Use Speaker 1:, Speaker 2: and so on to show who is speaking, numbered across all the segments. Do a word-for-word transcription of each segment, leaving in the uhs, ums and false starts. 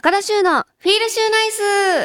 Speaker 1: 高田修のフィールシューナイス。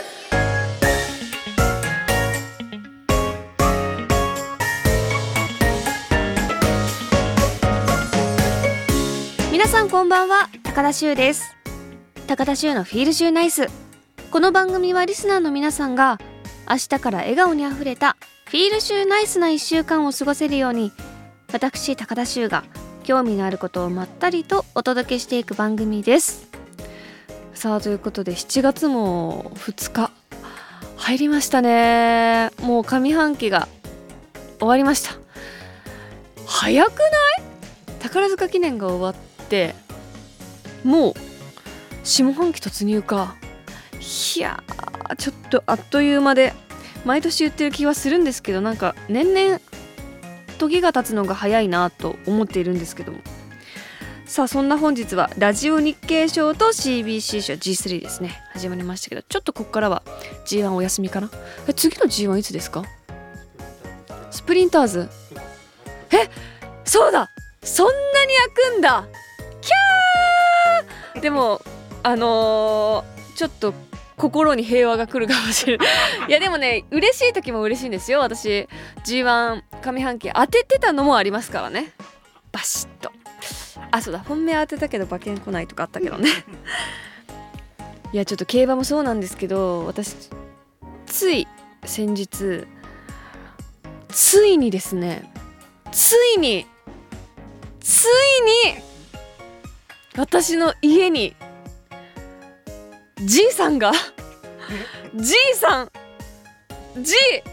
Speaker 1: 皆さんこんばんは、高田修です。高田修のフィールシューナイス。この番組はリスナーの皆さんが明日から笑顔にあふれたフィールシューナイスないっしゅうかんを過ごせるように、私高田修が興味のあることをまったりとお届けしていく番組です。さあ、ということでしちがつもふつか入りましたね。もう上半期が終わりました。早くない？宝塚記念が終わってもう下半期突入か。いやー、ちょっとあっという間で、毎年言ってる気はするんですけど、なんか年々時が経つのが早いなと思っているんですけども、さあそんな本日はラジオ日経賞と シービーシー 賞 ジースリー ですね、始まりましたけど、ちょっとここからは ジーワン お休みかな。え次の ジーワン いつですか？スプリンターズ。えそうだ、そんなに開くんだ。キャー。でもあのー、ちょっと心に平和が来るかもしれないいやでもね、嬉しい時も嬉しいんですよ。私 ジーワン 上半期当ててたのもありますからね。バシッと。あ、そうだ、本命当てたけど馬券来ないとかあったけどねいやちょっと競馬もそうなんですけど、私つい先日ついにですねついについに私の家にG さんがG さん G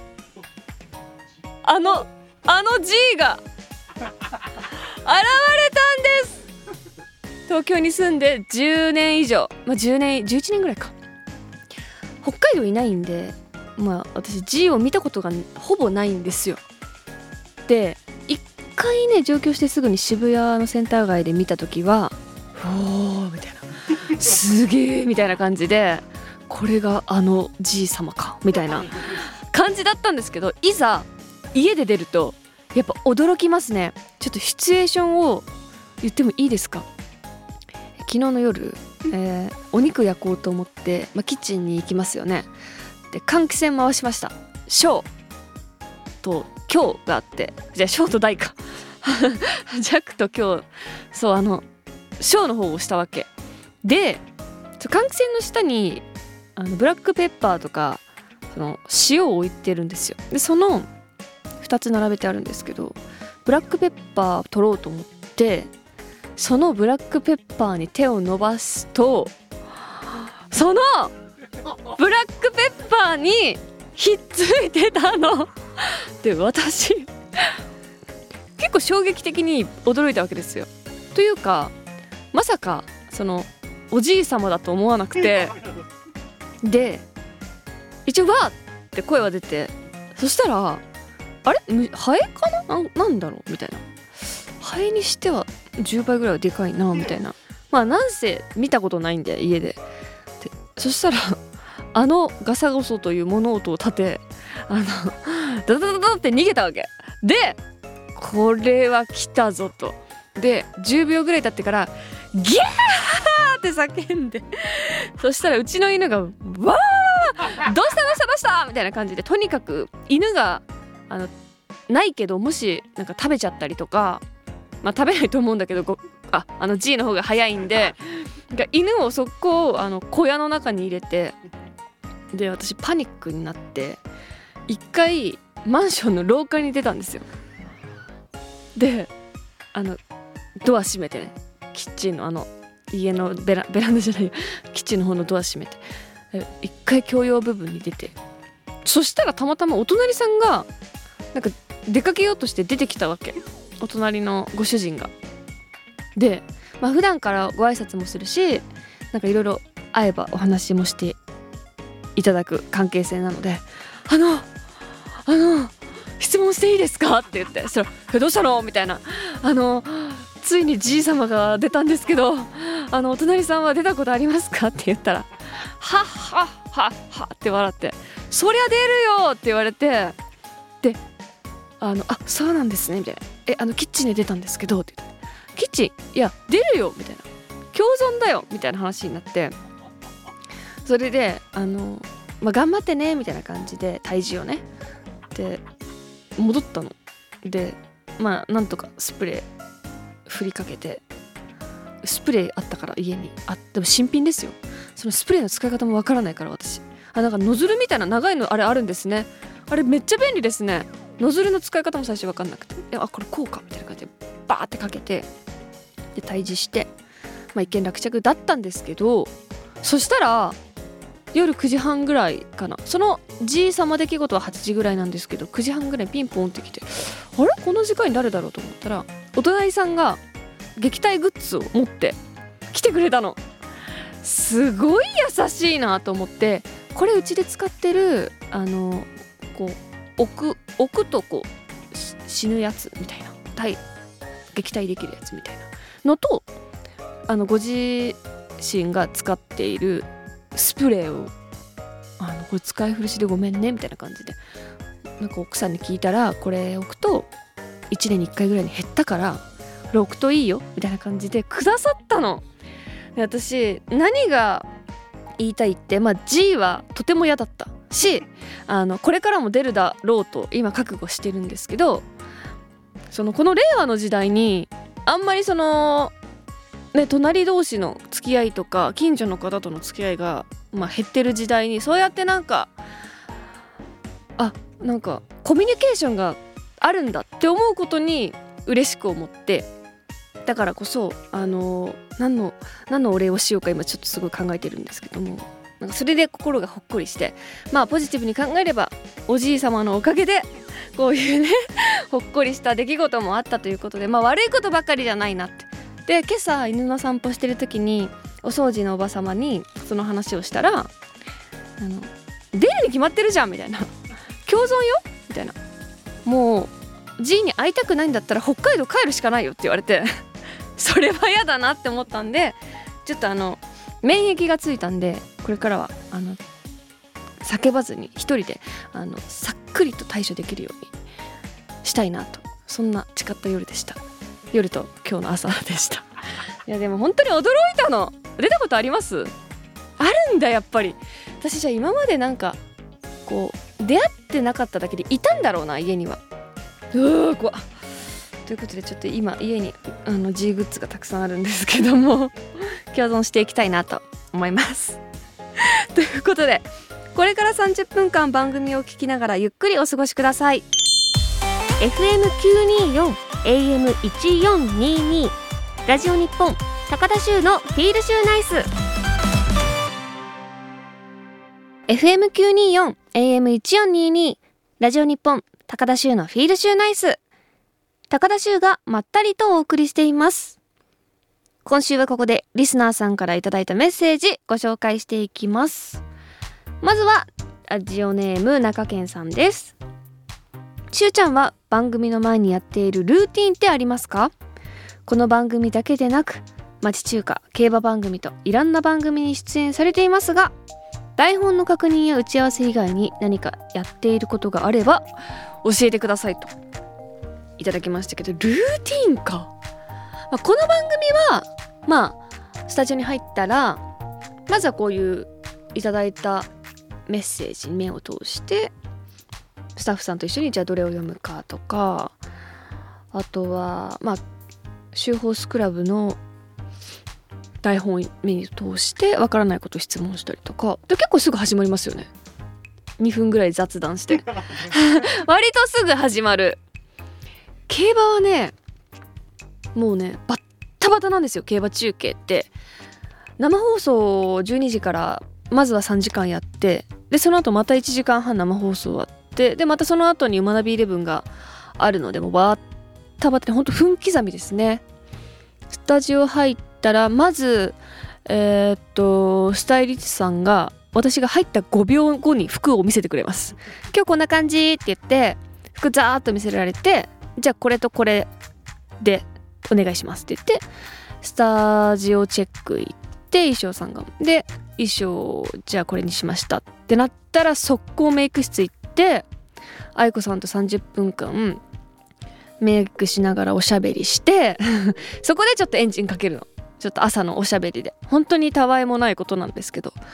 Speaker 1: あのあの G が現れたんです。東京に住んでじゅうねん以上、まあ、じゅうねんじゅういちねんぐらいか。北海道いないんで、まあ私 G を見たことがほぼないんですよ。で一回ね上京してすぐに渋谷のセンター街で見た時はおーみたいなすげーみたいな感じで、これがあの G 様かみたいな感じだったんですけど、いざ家で出るとやっぱ驚きますね。ちょっとシチュエーションを言ってもいいですか？昨日の夜、えー、お肉焼こうと思って、まあ、キッチンに行きますよね。で換気扇回しました。小と強があって、じゃあ小と大か弱と強、そうあの小の方を押したわけで、換気扇の下にあのブラックペッパーとかその塩を置いてるんですよ。でそのふたつ並べてあるんですけど、ブラックペッパー取ろうと思って、そのブラックペッパーに手を伸ばすと、そのブラックペッパーにひっついてたので、私結構衝撃的に驚いたわけですよ。というかまさかそのおじい様だと思わなくて、で一応わーって声は出て、そしたらあれハエかな な, なんだろうみたいな、ハエにしてはじゅうばいぐらいはでかいなみたいな、まあなんせ見たことないんで家で。でそしたらあのガサゴソという物音を立て、あのダダダダダって逃げたわけで、これは来たぞと。でじゅうびょうぐらい経ってからギャーって叫んで、そしたらうちの犬がわーどうしたどうしたどうしたみたいな感じで、とにかく犬があのないけど、もしなんか食べちゃったりとか、まあ食べないと思うんだけど、ごああの G の方が早いんで、犬を速攻あの小屋の中に入れて、で私パニックになって一回マンションの廊下に出たんですよ。であのドア閉めてね、キッチンのあの家のベラ、ベランダじゃないよキッチンの方のドア閉めて、一回共用部分に出て、そしたらたまたまお隣さんがなんか出かけようとして出てきたわけ、お隣のご主人が。で、まあ、普段からご挨拶もするし、なんかいろいろ会えばお話もしていただく関係性なので、あのあの質問していいですかって言って、そしたらえどうしたのみたいな、あのついに G 様が出たんですけど、あのお隣さんは出たことありますかって言ったら、はっはっはっはって笑って、そりゃ出るよって言われて、であのあそうなんですねみたいな、えあのキッチンで出たんですけどって言って、キッチンいや出るよみたいな、共存だよみたいな話になって、 それであの、まあ、頑張ってねみたいな感じで体重をねで戻ったので、まあなんとかスプレー振りかけて、スプレーあったから家にあでも新品ですよ。そのスプレーの使い方もわからないから私、あなんかノズルみたいな長いのあれあるんですね。あれめっちゃ便利ですね。ノズルの使い方も最初わかんなくて、あこれこうかみたいな感じでバーってかけてで退治して、まあ、一見落着だったんですけど、そしたら夜くじはんぐらいかな、そのじいさま出来事ははちじぐらいなんですけど、くじはんぐらいピンポンってきて、あれこの時間に誰だろうと思ったら、お隣さんが撃退グッズを持って来てくれたの。すごい優しいなと思って、これうちで使ってるあのこう置く置くとこう死ぬやつみたいな、対撃退できるやつみたいなのと、あのご自身が使っているスプレーをあのこれ使い古しでごめんねみたいな感じで、なんか奥さんに聞いたら、これ置くといちねんにいっかいぐらいに減ったからこれ置くといいよみたいな感じでくださったの。で私何が言いたいって、まあ G はとても嫌だったし、あのこれからも出るだろうと今覚悟してるんですけど、そのこの令和の時代にあんまりそのね隣同士の付き合いとか近所の方との付き合いが、まあ、減ってる時代に、そうやってなんかあなんかコミュニケーションがあるんだって思うことに嬉しく思って、だからこそあの何の何のお礼をしようか今ちょっとすごい考えてるんですけども、なんかそれで心がほっこりして、まあポジティブに考えればおじい様のおかげでこういうねほっこりした出来事もあったということで、まあ悪いことばかりじゃないなって。で今朝犬の散歩してる時にお掃除のおば様にその話をしたら、あの出るに決まってるじゃんみたいな、共存よみたいな、もう G に会いたくないんだったら北海道帰るしかないよって言われてそれは嫌だなって思ったんで、ちょっとあの免疫がついたんで、これからはあの叫ばずに一人であのさっくりと対処できるようにしたいなと、そんな誓った夜でした。夜と今日の朝でした。いやでも本当に驚いたの。出たことあります？あるんだやっぱり。私じゃあ今までなんかこう出会ってなかっただけでいたんだろうな家には。うわ怖っ。ということでちょっと今家にあの G グッズがたくさんあるんですけども共存していきたいなと思いますということでこれからさんじゅっぷんかん番組を聞きながらゆっくりお過ごしください。 エフエムきゅうにーよん エーエムいちよんにーにー ラジオ日本高田修のフィールシューナイス エフエムきゅうにーよん エーエムいちよんにーにー ラジオ日本高田修のフィールシューナイス、高田修がまったりとお送りしています。今週はここでリスナーさんからいただいたメッセージご紹介していきます。まずはラジオネーム中堅さんです。しゅうちゃんは番組の前にやっているルーティンってありますか？この番組だけでなく町中華、競馬番組といろんな番組に出演されていますが、台本の確認や打ち合わせ以外に何かやっていることがあれば教えてくださいといただきましたけど、ルーティンか、まあ、この番組はまあスタジオに入ったらまずはこういういただいたメッセージに目を通してスタッフさんと一緒にじゃあどれを読むかとか、あとはまあ週報スクラブの台本を目に通してわからないことを質問したりとかで、結構すぐ始まりますよね。にふんぐらい雑談して割とすぐ始まる。競馬はねもうねバッタバタなんですよ。競馬中継って生放送じゅうにじからまずはさんじかんやって、でその後またいちじかんはん生放送あって、でまたその後に馬ナビイレブンがあるので、もうバッタバタでほんと分刻みですね。スタジオ入ったらまずえー、っとスタイリストさんが私が入ったごびょうごに服を見せてくれます。今日こんな感じって言って服ザーッと見せられて、じゃあこれとこれでお願いしますって言ってスタジオチェック行って衣装さんがで衣装じゃあこれにしましたってなったら速攻メイク室行って愛子さんとさんじゅっぷんかんメイクしながらおしゃべりしてそこでちょっとエンジンかけるの。ちょっと朝のおしゃべりで本当にたわいもないことなんですけど、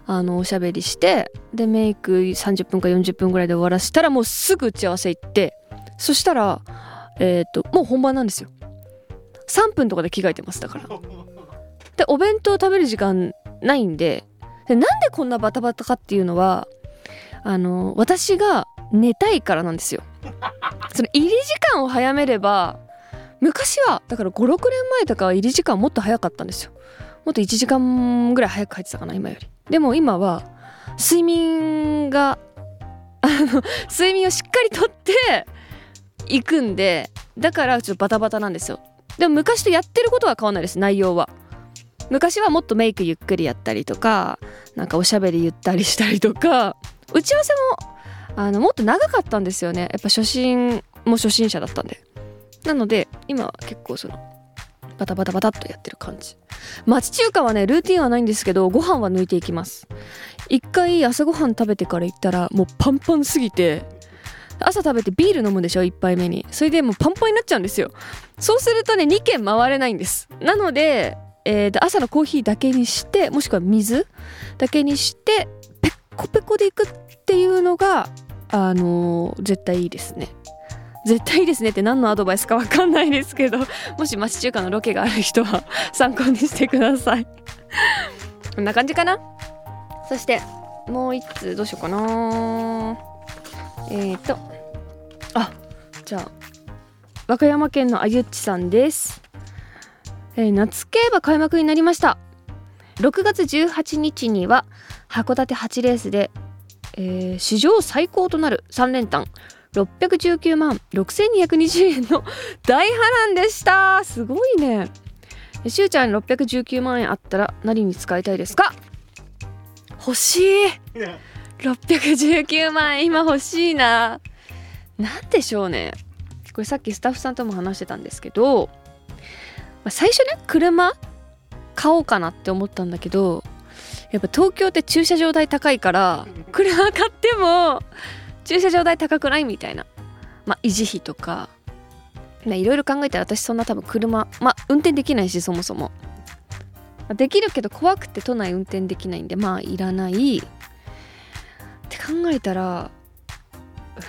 Speaker 1: あのおしゃべりして、でメイクさんじゅっぷんかよんじゅっぷんぐらいで終わらせたらもうすぐ打ち合わせ行って、そしたらえっともう本番なんですよ。さんぷんとかで着替えてます。だからでお弁当食べる時間ないんで、でなんでこんなバタバタかっていうのは、あの私が寝たいからなんですよ。その入り時間を早めれば、昔はだからごろくねんまえとかは入り時間もっと早かったんですよ。もっといちじかんぐらい早く帰ってたかな、今より。でも今は睡眠があの睡眠をしっかりとっていくんで、だからちょっとバタバタなんですよ。でも昔とやってることは変わんないです。内容は昔はもっとメイクゆっくりやったりとか、なんかおしゃべりゆったりしたりとか、打ち合わせもあのもっと長かったんですよね。やっぱ初心も初心者だったんで。なので今は結構そのバタバタバタっとやってる感じ。町中華はねルーティンはないんですけど、ご飯は抜いていきます。一回朝ごはん食べてから行ったらもうパンパンすぎて、朝食べてビール飲むでしょ、一杯目に。それでもうパンパンになっちゃうんですよ。そうするとねに軒回れないんです。なので、えー、朝のコーヒーだけにして、もしくは水だけにしてペッコペコでいくっていうのがあのー、絶対いいですね。絶対いいですねって何のアドバイスか分かんないですけど、もし町中華のロケがある人は参考にしてください。こんな感じかな。そしてもう一つどうしようかな。えーとあじゃあ和歌山県のあゆっちさんです。えー、夏競馬開幕になりました。ろくがつじゅうはちにちには函館はちレースで、えー、史上最高となるさん連単ろっぴゃくじゅうきゅうまんろくせんにひゃくにじゅうえんの大波乱でした。すごいね。しゅうちゃんにろっぴゃくじゅうきゅうまんえんあったら何に使いたいですか？欲しい。ろっぴゃくじゅうきゅうまんえん今欲しいな。なんでしょうね。これさっきスタッフさんとも話してたんですけど、まあ、最初ね車買おうかなって思ったんだけど、やっぱ東京って駐車場代高いから車買っても駐車場代高くないみたいな、まあ維持費とかいろいろ考えたら、私そんな多分車まあ運転できないし、そもそもできるけど怖くて都内運転できないんで、まあいらないって考えたら、えー、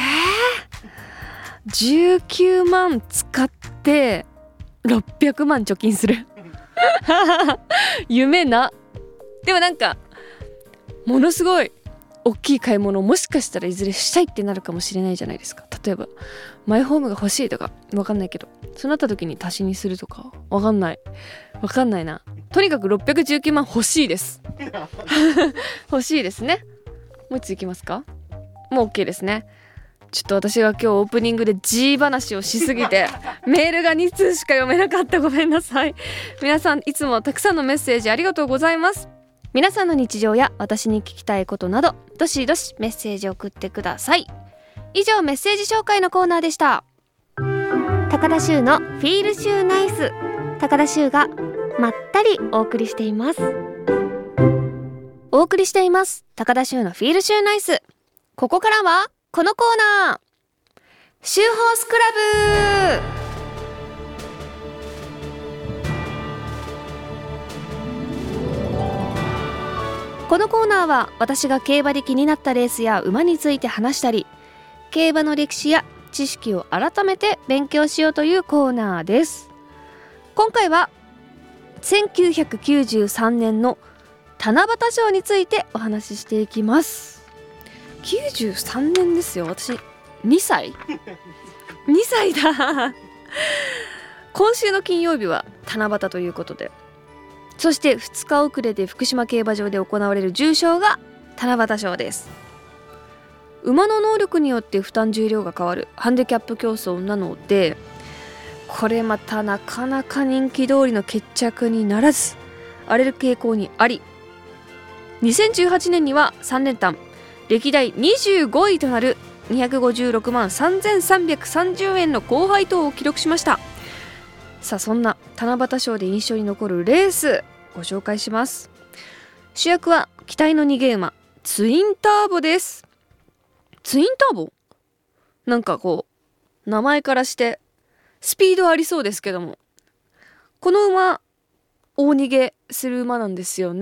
Speaker 1: じゅうきゅうまん使ってろっぴゃくまん貯金する夢な。でもなんかものすごい大きい買い物をもしかしたらいずれしたいってなるかもしれないじゃないですか。例えばマイホームが欲しいとか分かんないけど、そうなった時に足しにするとか分かんない分かんないな。とにかくろっぴゃくじゅうきゅうまん欲しいです欲しいですね。もう一ついきますか？もう OK ですね。ちょっと私が今日オープニングで G 話をしすぎてメールがに通しか読めなかった。ごめんなさい。皆さんいつもたくさんのメッセージありがとうございます。皆さんの日常や私に聞きたいことなどどしどしメッセージを送ってください。以上メッセージ紹介のコーナーでした。高田修のフィールシューナイス。高田修がまったりお送りしています。お送りしています高田修のフィールシューナイス。ここからはこのコーナー、シューホースクラブ。このコーナーは私が競馬で気になったレースや馬について話したり、競馬の歴史や知識を改めて勉強しようというコーナーです。今回はせんきゅうひゃくきゅうじゅうさんねんの七夕賞についてお話ししていきます。きゅうじゅうさんねんですよ。私にさいにさいだ今週の金曜日は七夕ということで、そしてふつか遅れで福島競馬場で行われる重賞が七夕賞です。馬の能力によって負担重量が変わるハンディキャップ競争なので、これまたなかなか人気通りの決着にならず荒れる傾向にあり、にせんじゅうはちねんにはさん連単歴代にじゅうごいとなるにひゃくごじゅうろくまんさんぜんさんびゃくさんじゅうえんの高配当を記録しました。さあそんな七夕賞で印象に残るレースご紹介します。主役は期待の逃げ馬ツインターボです。ツインターボなんかこう名前からしてスピードありそうですけども、この馬大逃げする馬なんですよね。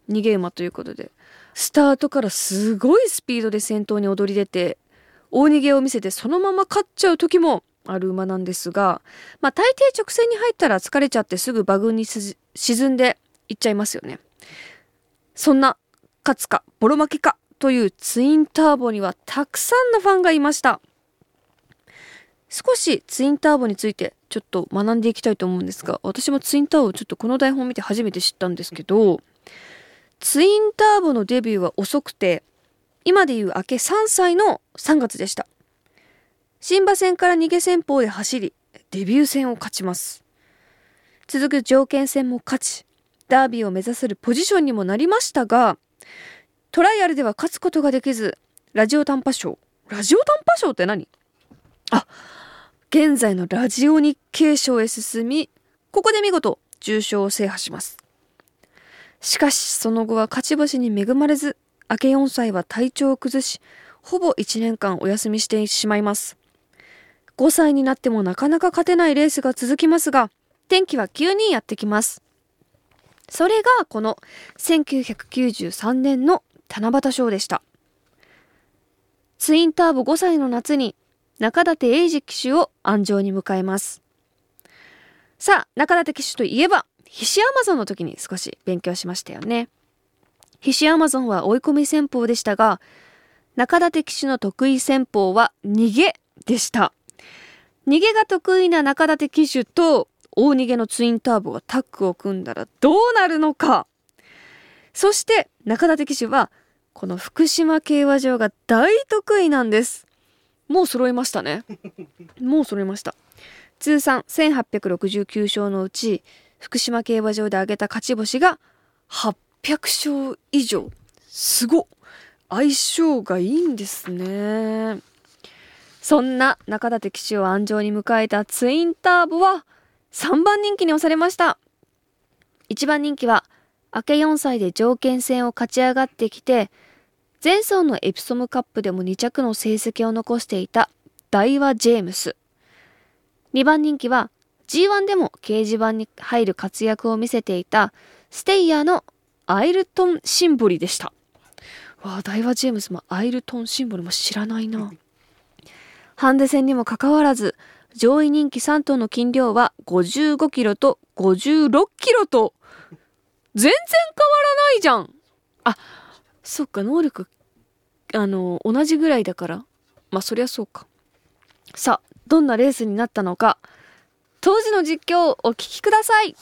Speaker 1: 逃げ馬ということで、スタートからすごいスピードで先頭に躍り出て大逃げを見せてそのまま勝っちゃう時もある馬なんですが、まあ大抵直線に入ったら疲れちゃってすぐ馬群に沈んでいっちゃいますよね。そんな勝つかボロ負けかというツインターボにはたくさんのファンがいました。少しツインターボについてちょっと学んでいきたいと思うんですが、私もツインターボをちょっとこの台本を見て初めて知ったんですけど、ツインターボのデビューは遅くて、今でいう明けさんさいのさんがつでした。新馬戦から逃げ戦法で走り、デビュー戦を勝ちます。続く条件戦も勝ち、ダービーを目指せるポジションにもなりましたが、トライアルでは勝つことができず、ラジオ短波賞。ラジオ短波賞って何？あ、現在のラジオ日経賞へ進み、ここで見事重賞を制覇します。しかしその後は勝ち星に恵まれず、明けよんさいは体調を崩し、ほぼいちねんかんお休みしてしまいます。ごさいになってもなかなか勝てないレースが続きますが、転機は急にやってきます。それがこのせんきゅうひゃくきゅうじゅうさんねんの七夕賞でした。ツインターボごさいの夏に中立英二騎手を鞍上に迎えます。さあ、中立騎手といえばヒシアマゾンの時に少し勉強しましたよね。ヒシアマゾンは追い込み戦法でしたが、中立騎手の得意戦法は逃げでした。逃げが得意な中立騎手と大逃げのツインターボがタッグを組んだらどうなるのか。そして中立騎手はこの福島競馬場が大得意なんです。もう揃いましたね。もう揃いました。通算せんはっぴゃくろくじゅうきゅうしょうのうち、福島競馬場で挙げた勝ち星がはっぴゃくしょう以上。すごっ。相性がいいんですね。そんな中立騎手を鞍上に迎えたツインターボはさんばん人気に押されました。いちばん人気は明けよんさいで条件戦を勝ち上がってきて、前走のエプソムカップでもにちゃくの成績を残していた大和ジェームス。にばん人気は ジーワン でも掲示板に入る活躍を見せていたステイヤーのアイルトンシンボリでした。わあ、大和ジェームスもアイルトンシンボリも知らないな。ハンデ戦にもかかわらず、上位人気さん頭の斤量はごじゅうごキロとごじゅうろっキロと全然変わらないじゃん。あ、そっか、能力あの同じぐらいだから、まあそりゃそうか。さあ、どんなレースになったのか、当時の実況をお聞きください。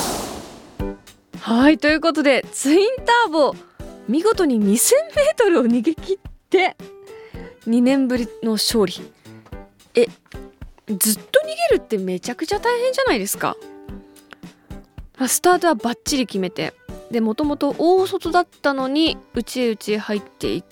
Speaker 1: はい、ということでツインターボ見事ににせんメートルを逃げ切ってにねんぶりの勝利。え、ずっと逃げるってめちゃくちゃ大変じゃないですか。スタートはバッチリ決めて、でもともと大外だったのに内へ内へ入っていって、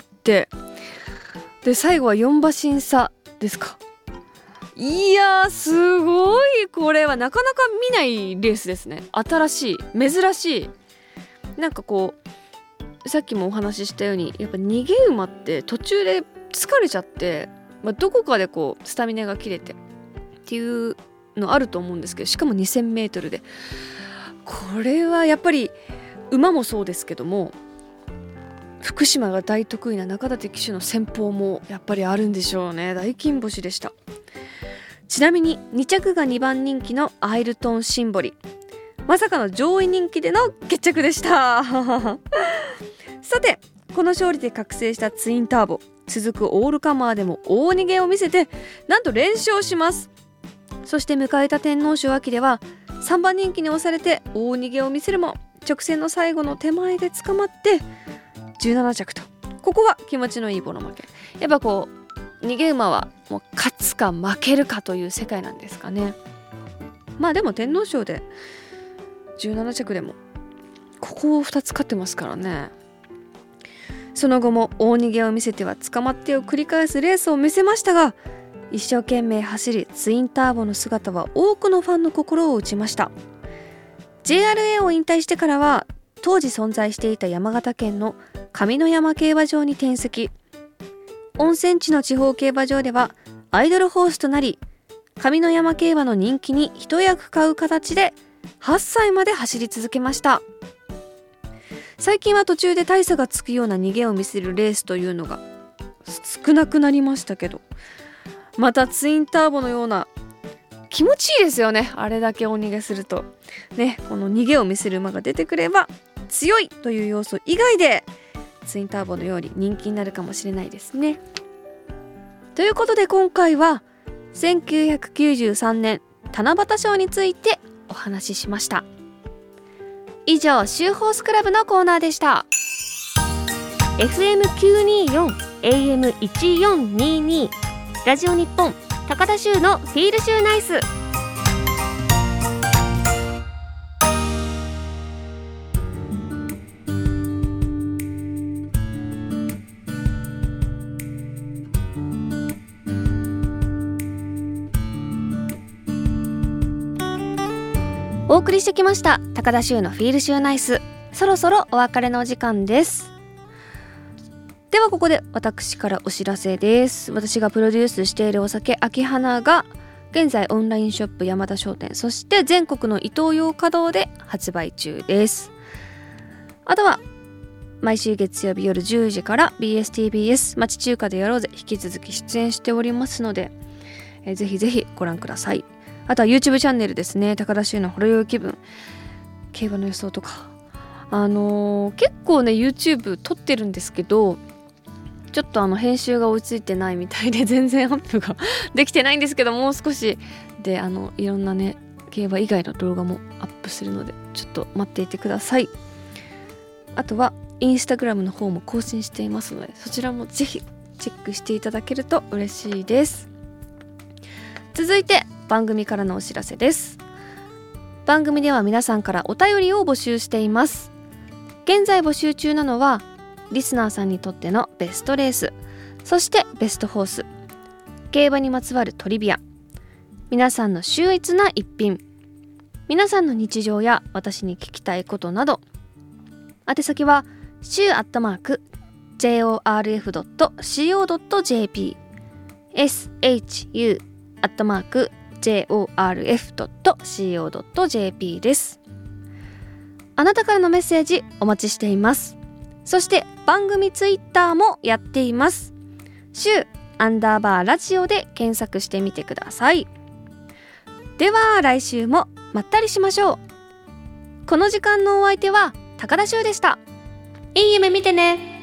Speaker 1: で最後はよんばしんさですか。いやー、すごい。これはなかなか見ないレースですね。新しい、珍しい。なんかこうさっきもお話ししたように、やっぱ逃げ馬って途中で疲れちゃって、まあ、どこかでこうスタミナが切れてっていうのあると思うんですけど、しかもにせんメートルで、これはやっぱり馬もそうですけども、福島が大得意な中立騎手の戦法もやっぱりあるんでしょうね。大金星でした。ちなみににちゃくがにばん人気のアイルトンシンボリ、まさかの上位人気での決着でしたさて、この勝利で覚醒したツインターボ、続くオールカマーでも大逃げを見せて、なんと連勝します。そして迎えた天皇賞秋ではさんばん人気に押されて大逃げを見せるも、直線の最後の手前で捕まってじゅうななちゃくと、ここは気持ちのいいボロ負け。やっぱこう逃げ馬はもう勝つか負けるかという世界なんですかね。まあでも天皇賞でじゅうななちゃくでもここをふたつ勝ってますからね。その後も大逃げを見せては捕まってを繰り返すレースを見せましたが、一生懸命走りツインターボの姿は多くのファンの心を打ちました。 ジェイアールエー を引退してからは、当時存在していた山形県の上山競馬場に転籍。温泉地の地方競馬場ではアイドルホースとなり、上山競馬の人気に一役買う形ではっさいまで走り続けました。 最近は途中で大差がつくような逃げを見せるレースというのが少なくなりましたけど、またツインターボのような気持ちいいですよね。あれだけお逃げするとね、この逃げを見せる馬が出てくれば強いという要素以外でツインターボのように人気になるかもしれないですね。ということで今回はせんきゅうひゃくきゅうじゅうさんねん七夕賞についてお話ししました。以上、シューホースクラブのコーナーでした。 エフエムきゅうにーよん エーエムいちよんにーにー ラジオ日本高田州のフィールシューナイス。お送りしてきました高田州のフィールシューナイス、そろそろお別れのお時間です。ではここで私からお知らせです。私がプロデュースしているお酒秋花が現在オンラインショップ山田商店、そして全国のイトーヨーカドーで発売中です。あとは毎週月曜日夜じゅうじから ビーエスティービーエス 町中華でやろうぜ引き続き出演しておりますので、えー、ぜひぜひご覧ください。あとは YouTube チャンネルですね、高田州のほろ酔い気分、競馬の予想とか、あのー、結構ね YouTube 撮ってるんですけど、ちょっとあの編集が追いついてないみたいで全然アップができてないんですけど、もう少しであのいろんなね競馬以外の動画もアップするのでちょっと待っていてください。あとはインスタグラムの方も更新していますので、そちらもぜひチェックしていただけると嬉しいです。続いて番組からのお知らせです。番組では皆さんからお便りを募集しています。現在募集中なのはリスナーさんにとってのベストレース、そしてベストホース、競馬にまつわるトリビア、皆さんの秀逸な一品、皆さんの日常や私に聞きたいことなど、宛先はシューアットマーク ジェイオーアールエフドットシーオードットジェーピー エスエイチユー アットマーク ジェイオーアールエフドットシーオードットジェーピー です。あなたからのメッセージお待ちしています。そして番組ツイッターもやっています。シューアンダーバーラジオで検索してみてください。では来週もまったりしましょう。この時間のお相手は高田シューでした。いい夢見てね。